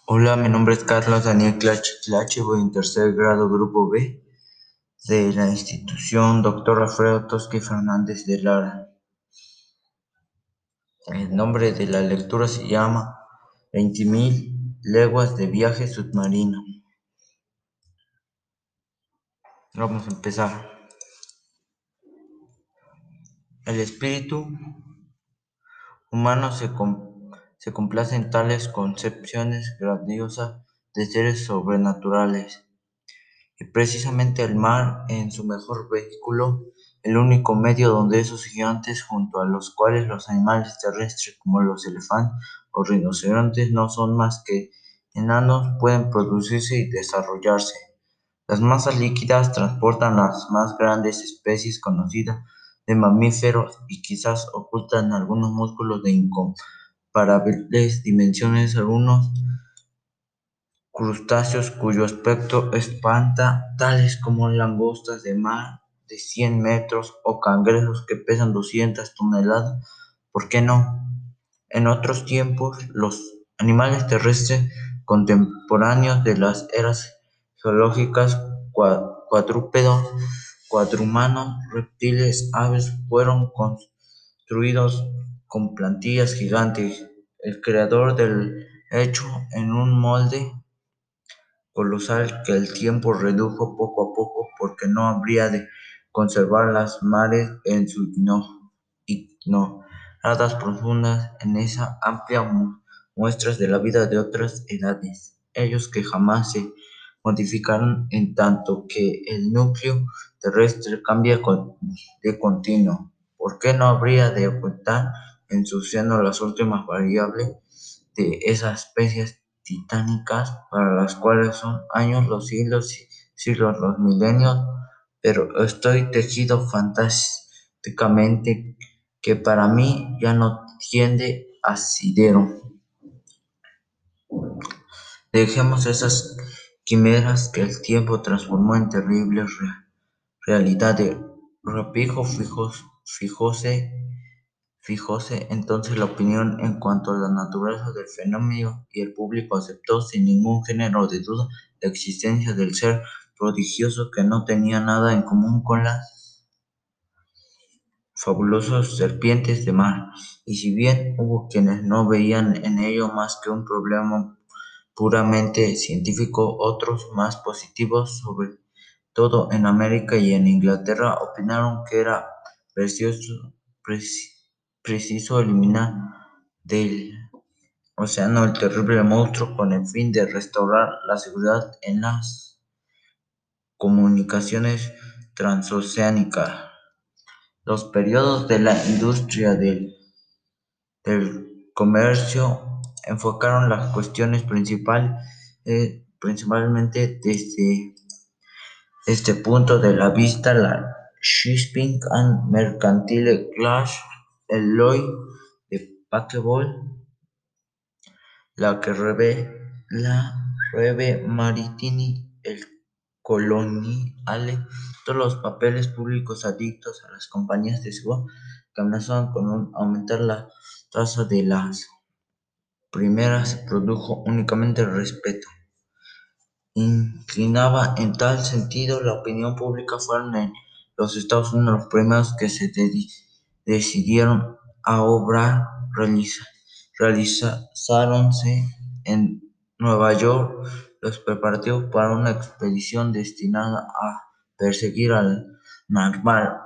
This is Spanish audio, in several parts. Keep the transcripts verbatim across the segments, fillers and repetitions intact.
Hola, mi nombre es Carlos Daniel Clache Clache, voy en tercer grado, grupo B, de la institución Doctor Alfredo Tosque Fernández de Lara. El nombre de la lectura se llama Veinte mil leguas de viaje submarino. Vamos a empezar. El espíritu humano se, com- se complace en tales concepciones grandiosas de seres sobrenaturales. Y precisamente el mar, en su mejor vehículo, el único medio donde esos gigantes, junto a los cuales los animales terrestres como los elefantes o rinocerontes no son más que enanos, pueden producirse y desarrollarse. Las masas líquidas transportan las más grandes especies conocidas de mamíferos y quizás ocultan algunos músculos de incomparables dimensiones, algunos crustáceos cuyo aspecto espanta, tales como langostas de mar de cien metros o cangrejos que pesan doscientas toneladas. ¿Por qué no? En otros tiempos, los animales terrestres contemporáneos de las eras geológicas, cuadrúpedos, cuadrumanos, reptiles, aves, fueron construidos con plantillas gigantes. El creador del hecho en un molde colosal que el tiempo redujo poco a poco, porque no habría de conservar las mares en sus ignoradas profundas, en esa amplia mu- muestras de la vida de otras edades, ellos que jamás se modificaron en tanto que el núcleo terrestre cambia con- de continuo. ¿Por qué no habría de ocultar en su seno las últimas variables de esas especies titánicas para las cuales son años los siglos y siglos los milenios? Pero estoy tejido fantásticamente que para mí ya no tiende asidero. Dejemos esas quimeras que el tiempo transformó en terribles re- realidades. Repijo fijos, fijóse Fijóse entonces la opinión en cuanto a la naturaleza del fenómeno y el público aceptó sin ningún género de duda la existencia del ser prodigioso que no tenía nada en común con las fabulosas serpientes de mar. Y si bien hubo quienes no veían en ello más que un problema puramente científico, otros más positivos, sobre todo en América y en Inglaterra, opinaron que era precioso, preci- preciso eliminar del océano el terrible monstruo con el fin de restaurar la seguridad en las comunicaciones transoceánicas. Los periodos de la industria del, del comercio enfocaron las cuestiones principal, eh, principalmente desde este punto de la vista: la Shipping and Mercantile Clash, el Lloyd de Paquebol, la que revela Reve Maritini, el Coloniale, todos los papeles públicos adictos a las compañías de seguro que amenazaban con un- aumentar la tasa de las primeras. Se produjo únicamente respeto. Inclinaba en tal sentido la opinión pública. Fueron en los Estados Unidos los primeros que se dedi- decidieron a obrar. Realiza- realizáronse en Nueva York los preparativos para una expedición destinada a perseguir al narval.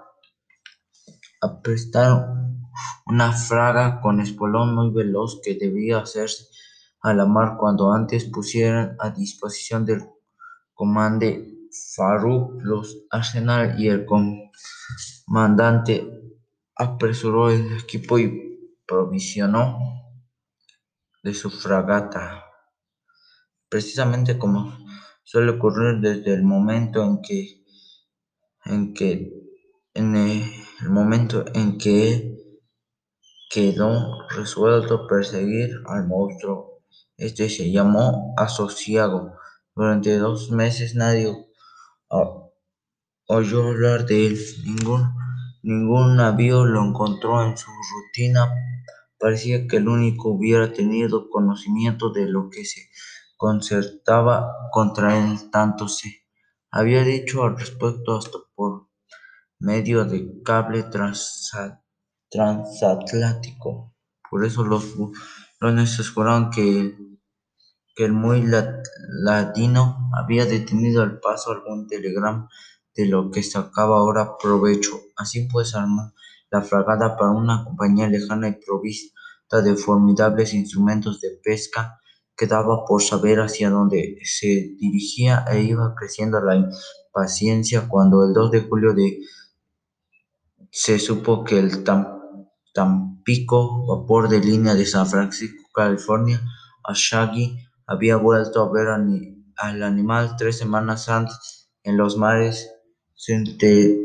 Aprestaron una fragata con espolón muy veloz que debía hacerse a la mar cuando antes pusieran a disposición del comandante Farouk los arsenales, y el comandante apresuró el equipo y provisionó de su fragata, precisamente como suele ocurrir desde el momento en que en que en el momento en que quedó resuelto perseguir al monstruo. Este se llamó Asociago. Durante dos meses nadie o- oyó hablar de él. Ningún, ningún navío lo encontró en su rutina. Parecía que el único hubiera tenido conocimiento de lo que se concertaba contra él, tanto se había dicho al respecto hasta por medio de cable transa- transatlántico. Por eso los burones aseguraron que que el muy la- ladino había detenido al paso algún telegrama de lo que sacaba ahora provecho. Así pues armó la fragata para una compañía lejana y provista de formidables instrumentos de pesca. Quedaba por saber hacia dónde se dirigía e iba creciendo la impaciencia cuando el dos de julio de se supo que el Tam- Tampico, vapor de línea de San Francisco, California, a Shaggy, había vuelto a ver ani- al animal tres semanas antes en los mares sente-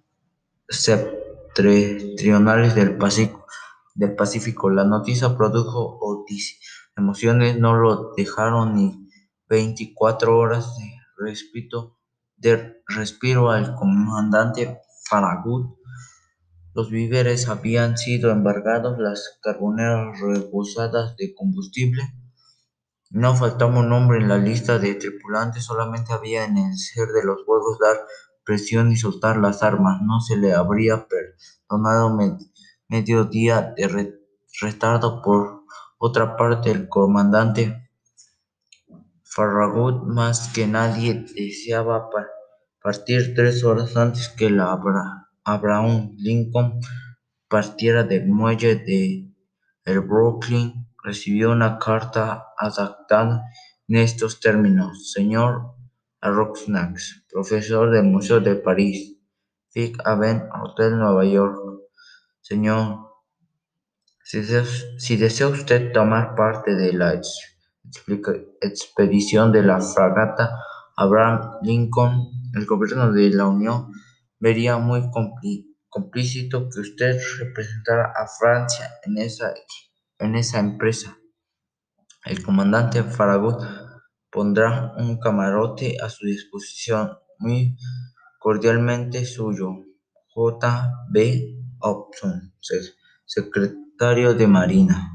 septentrionales del Pacífico, del Pacífico. La noticia produjo otis- emociones, no lo dejaron ni veinticuatro horas de respiro, de respiro al comandante Farragut. Los víveres habían sido embargados, las carboneras rebosadas de combustible. No faltaba un hombre en la lista de tripulantes, solamente había en el ser de los juegos dar presión y soltar las armas. No se le habría perdonado me- medio día de re- retardo. Por otra parte, el comandante Farragut más que nadie deseaba pa- partir tres horas antes que la Abra- Abraham Lincoln partiera del muelle de el Brooklyn. Recibió una carta adaptada en estos términos: Señor Arronax, profesor del Museo de París, Fifth Avenue, Hotel Nueva York. Señor, si desea, si desea usted tomar parte de la ex- explica- expedición de la fragata Abraham Lincoln, el gobierno de la Unión vería muy compli- complícito que usted representara a Francia en esa, en esa empresa. El comandante Farragut pondrá un camarote a su disposición. Muy cordialmente suyo, J. B. Hobson, se- secretario de Marina.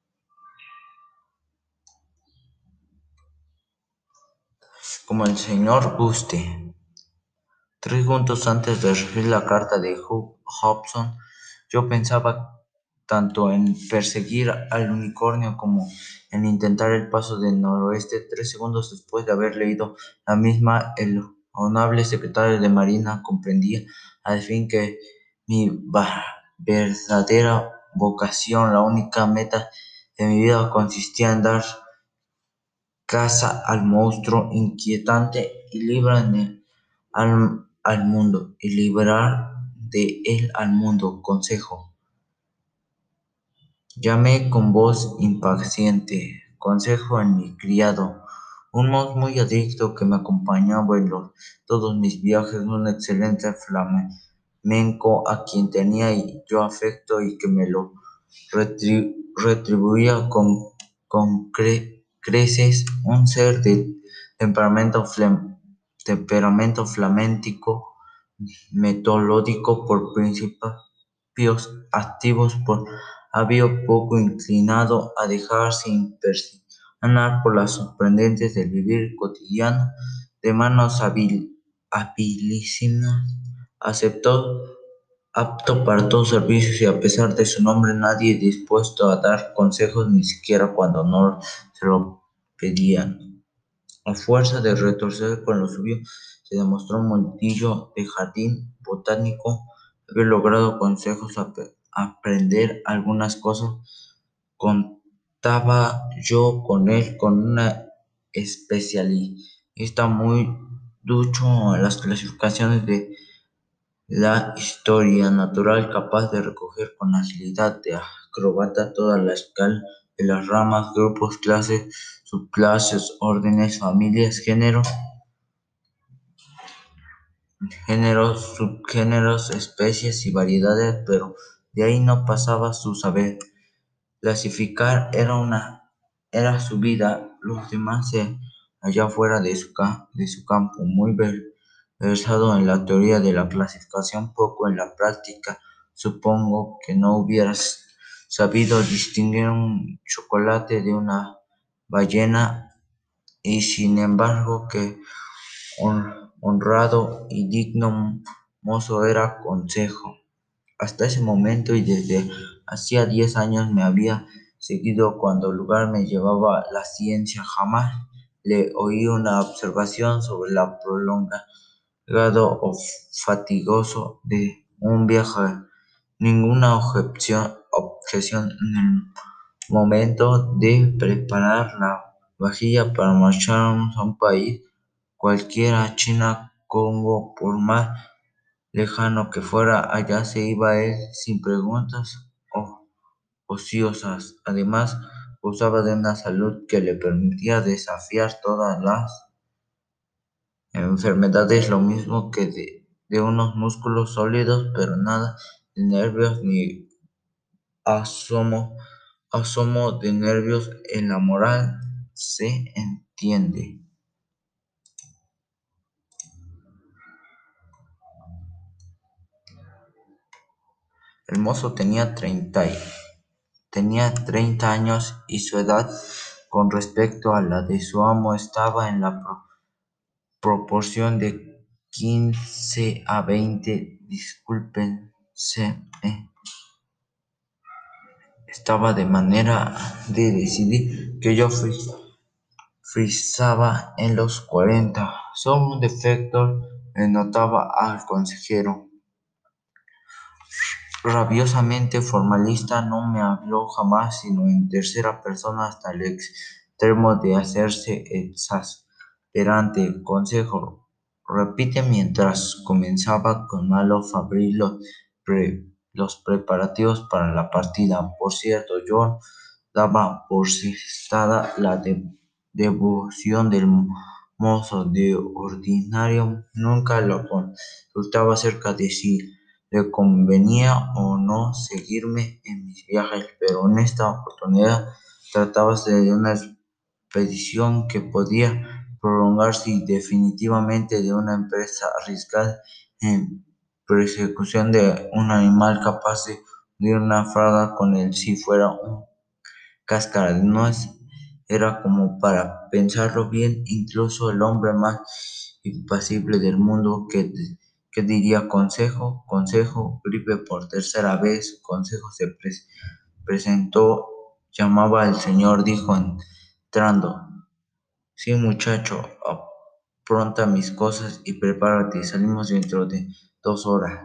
Como el señor guste. Tres minutos antes de recibir la carta de Hub- Hobson, yo pensaba tanto en perseguir al unicornio como en intentar el paso del noroeste. Tres segundos después de haber leído la misma, el honorable secretario de Marina comprendía al fin que mi va- verdadera vocación, la única meta de mi vida, consistía en dar caza al monstruo inquietante y librar de al, al mundo, y librar de él al mundo. Consejo. Llamé con voz impaciente. Consejo en mi criado, un mozo muy adicto que me acompañaba en los- todos mis viajes, un excelente flamenco a quien tenía y yo afecto y que me lo retri- retribuía con, con cre- creces, un ser de temperamento, flem- temperamento flamenco, metódico por principios, activos por hábito, poco inclinado a dejarse impresionar por las sorprendentes del vivir cotidiano, de manos hábil- habilísimas, aceptó apto para todos servicios, y a pesar de su nombre nadie dispuesto a dar consejos, ni siquiera cuando no se lo pedían. A fuerza de retorcer con lo suyo, se demostró un montillo de jardín botánico. Había logrado consejos, ap- aprender algunas cosas. Contaba yo con él, con una especialista muy ducho en las clasificaciones de la historia natural, capaz de recoger con agilidad de acróbata toda la escala de las ramas, grupos, clases, subclases, órdenes, familias, géneros, géneros, subgéneros, especies y variedades, pero de ahí no pasaba su saber. Clasificar era una era su vida, los demás se allá fuera de su, ca- de su campo, muy ver- versado en la teoría de la clasificación, poco en la práctica. Supongo que no hubieras sabido distinguir un chocolate de una ballena y sin embargo que hon- honrado y digno mozo era Consejo. Hasta ese momento y desde hacía diez años me había seguido cuando lugar me llevaba la ciencia. Jamás le oí una observación sobre la prolongado o fatigoso de un viaje, ninguna objeción, objeción en el momento de preparar la vajilla para marcharnos a un país cualquiera, China, Congo, por más lejano que fuera, allá se iba él sin preguntas o ociosas. Además, gozaba de una salud que le permitía desafiar todas las enfermedades, lo mismo que de, de unos músculos sólidos, pero nada de nervios ni asomo, asomo de nervios en la moral, se entiende. El mozo tenía treinta y Tenía treinta años y su edad con respecto a la de su amo estaba en la pro- proporción de quince a veinte. Discúlpense, eh, estaba de manera de decidir que yo fui, frisaba en los cuarenta. Solo un defecto le notaba al consejero. Rabiosamente formalista, no me habló jamás sino en tercera persona hasta el extremo de hacerse exasperante. Consejo, repite mientras comenzaba con malo fabril los, pre- los preparativos para la partida. Por cierto, yo daba por sentada la de- devoción del mozo. De ordinario nunca lo consultaba acerca de si le convenía o no seguirme en mis viajes, pero en esta oportunidad tratábase de una expedición que podía prolongarse y definitivamente de una empresa arriesgada en persecución de un animal capaz de hundir una fragata con él si fuera un cáscara de nuez. Era como para pensarlo bien, incluso el hombre más impasible del mundo que, que diría consejo, consejo, gripe por tercera vez, consejo se pres- presentó, llamaba al señor, dijo entrando. Sí, muchacho, apronta mis cosas y prepárate, salimos dentro de dos horas.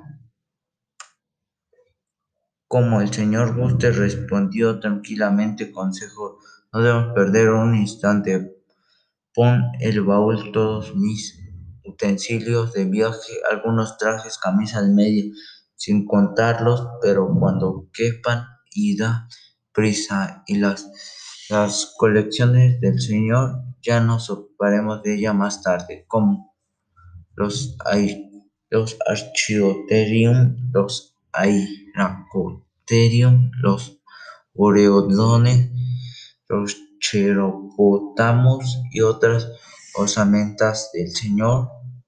Como el señor guste, respondió tranquilamente Consejo, no debemos perder un instante. Pon el baúl todos mis utensilios de viaje, algunos trajes, camisas, medias, sin contarlos, pero cuando quepan y da prisa. Y las, las colecciones del señor ya nos ocuparemos de ella más tarde, como los, ai- los archaeotherium, los hyracotherium, los oreodones, los cheropótamos y otras osamentas del Señor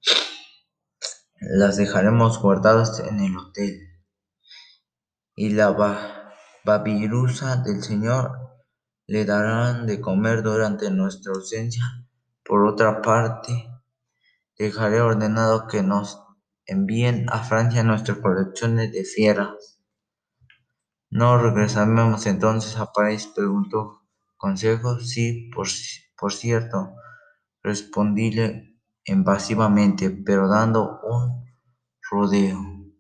las dejaremos guardadas en el hotel. Y la ba- babirusa del Señor le darán de comer durante nuestra ausencia. Por otra parte, dejaré ordenado que nos envíen a Francia nuestras colecciones de fieras. ¿No regresaremos entonces a París?, preguntó Consejo. Sí, por, por cierto, respondíle evasivamente, pero dando un rodeo.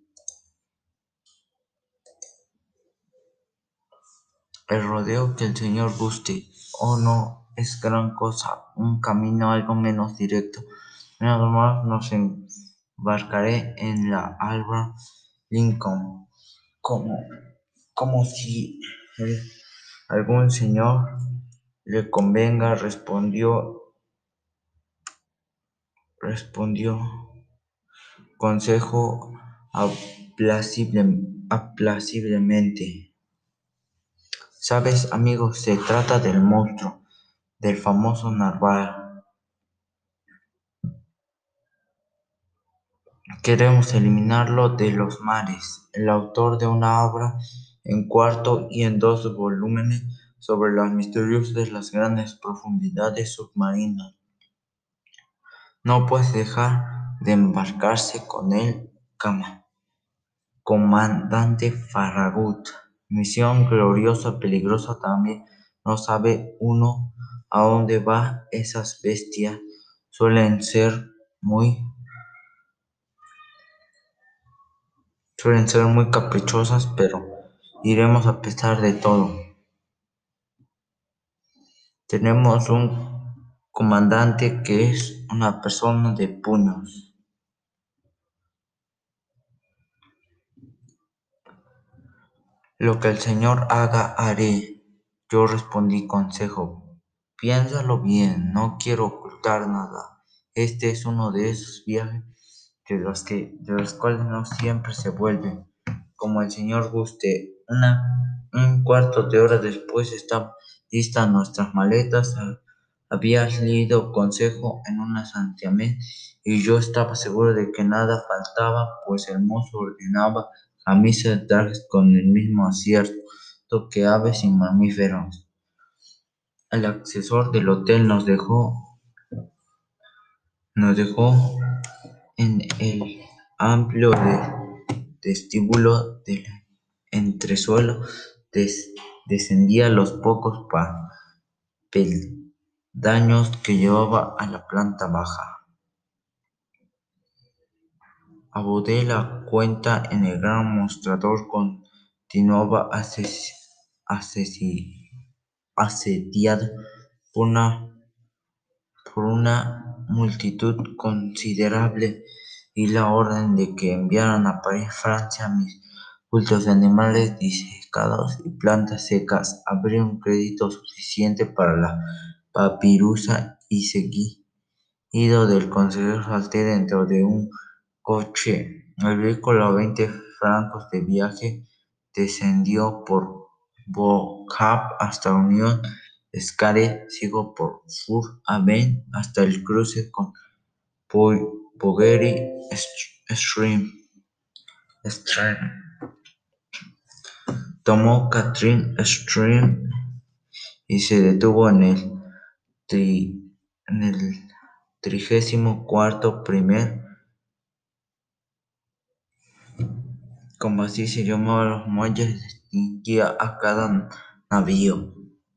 El rodeo que el señor guste. Oh, no, es gran cosa, un camino algo menos directo. Nada más nos embarcaré en la Abraham Lincoln, como, como si el- algún señor le convenga, respondió, respondió Consejo aplacible- aplaciblemente. Sabes, amigo, se trata del monstruo, del famoso narval. Queremos eliminarlo de los mares. El autor de una obra en cuarto y en dos volúmenes sobre los misterios de las grandes profundidades submarinas No puedes dejar de embarcarse con el cama. Comandante Farragut. Misión gloriosa, peligrosa también. No sabe uno a dónde va. Esas bestias suelen ser muy, suelen ser muy caprichosas, pero iremos a pesar de todo. Tenemos un comandante que es una persona de puños. Lo que el Señor haga, haré. Yo respondí consejo. Piénsalo bien, no quiero ocultar nada. Este es uno de esos viajes de los que, de los cuales no siempre se vuelven. Como el Señor guste. Una, un cuarto de hora después estaban listas nuestras maletas. Habías leído consejo en una santiamén y yo estaba seguro de que nada faltaba, pues el mozo ordenaba camisas de trajes con el mismo acierto que aves y mamíferos. El asesor del hotel nos dejó, nos dejó en el amplio de- vestíbulo del entresuelo. Des- descendía los pocos peldaños que llevaba a la planta baja. Abordé la cuenta en el gran mostrador. Continuaba ases- asesi- asediado por una, por una multitud considerable y la orden de que enviaran a París, Francia, mis cultos de animales disecados y plantas secas. Abrí un crédito suficiente para la papirusa y seguí ido del consejero. Salté dentro de un coche. El vehículo a veinte francos de viaje descendió por Beauchamp hasta Unión Square, sigo por Fur Avenue hasta el cruce con Puggery Stream. Stream. Tomó Catherine Stream y se detuvo en el, tri, en el trigésimo cuarto primer, como así se llamaban los muelles, distinguía a cada navío.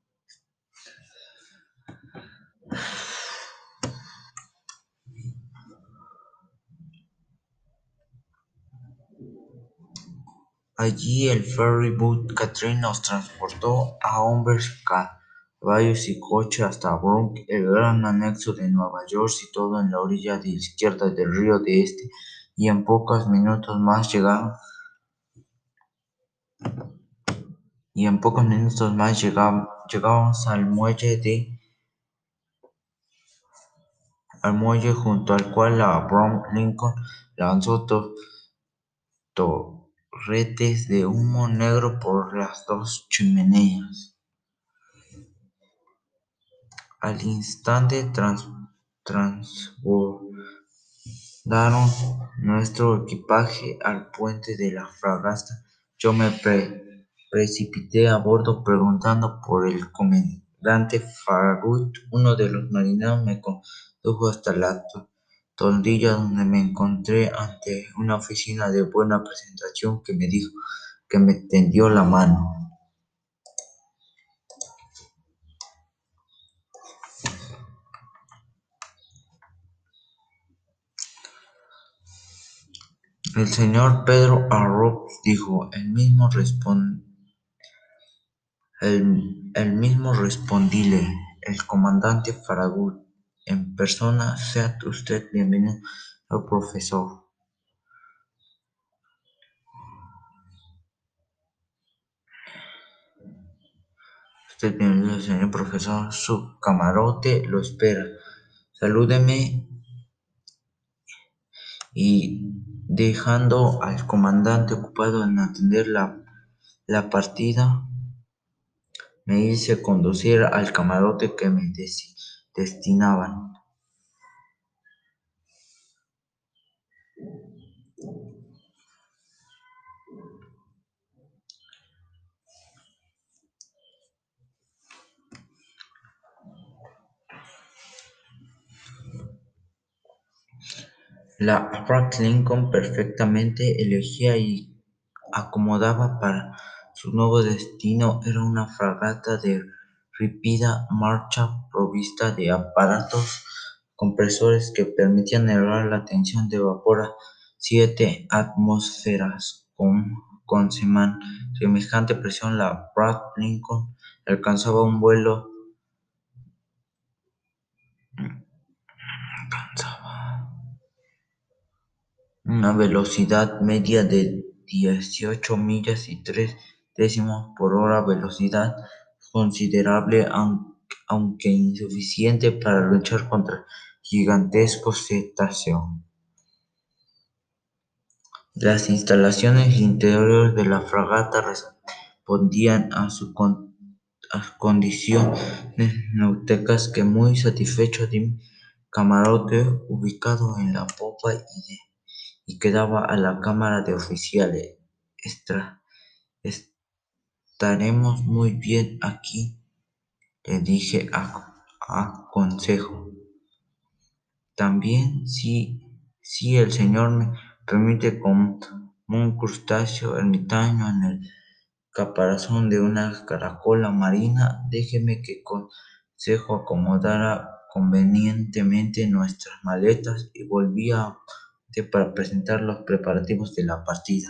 Allí el ferry-boat Catherine nos transportó a hombres, caballos y coche hasta Bronx, el gran anexo de Nueva York, situado en la orilla de izquierda del río de Este, y en pocos minutos más llegamos y en pocos minutos más llegamos, llegamos al muelle de al muelle junto al cual la Abraham Lincoln lanzó to, torretes de humo negro por las dos chimeneas. Al instante trans, transbordaron nuestro equipaje al puente de la fragata. Yo me pre- precipité a bordo preguntando por el comandante Farragut. Uno de los marineros me condujo hasta la to- toldilla, donde me encontré ante una oficina de buena presentación que me dijo que me tendió la mano. El señor Pedro Arrows dijo, el mismo respon- el, el mismo respondíle, el comandante Farragut, en persona. Sea usted bienvenido, señor profesor. Usted bienvenido, señor profesor. Su camarote lo espera. Salúdeme. Y dejando al comandante ocupado en atender la, la partida, me hice conducir al camarote que me des- destinaban. La Abraham Lincoln perfectamente elegía y acomodaba para su nuevo destino era una fragata de rápida marcha provista de aparatos compresores que permitían elevar la tensión de vapor a siete atmósferas. Con, con seman- semejante presión, la Abraham Lincoln alcanzaba un vuelo alcanzaba una velocidad media de dieciocho millas y tres décimos por hora, velocidad considerable aunque insuficiente para luchar contra el gigantesco cetáceo. Las instalaciones interiores de la fragata respondían a sus con, condiciones náuticas que muy satisfecho de mi camarote ubicado en la popa y de y que daba a la cámara de oficiales. Estra- estaremos muy bien aquí, le dije a, a consejo. También, si, si el señor me permite, como un crustáceo ermitaño en el caparazón de una caracola marina, déjeme que consejo acomodara convenientemente nuestras maletas y volvía para presentar los preparativos de la partida.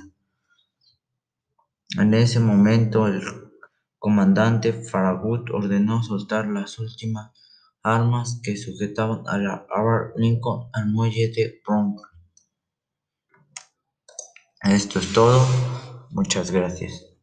En ese momento el comandante Farragut ordenó soltar las últimas armas que sujetaban a la Abraham Lincoln al muelle de Bronx. Esto es todo. Muchas gracias.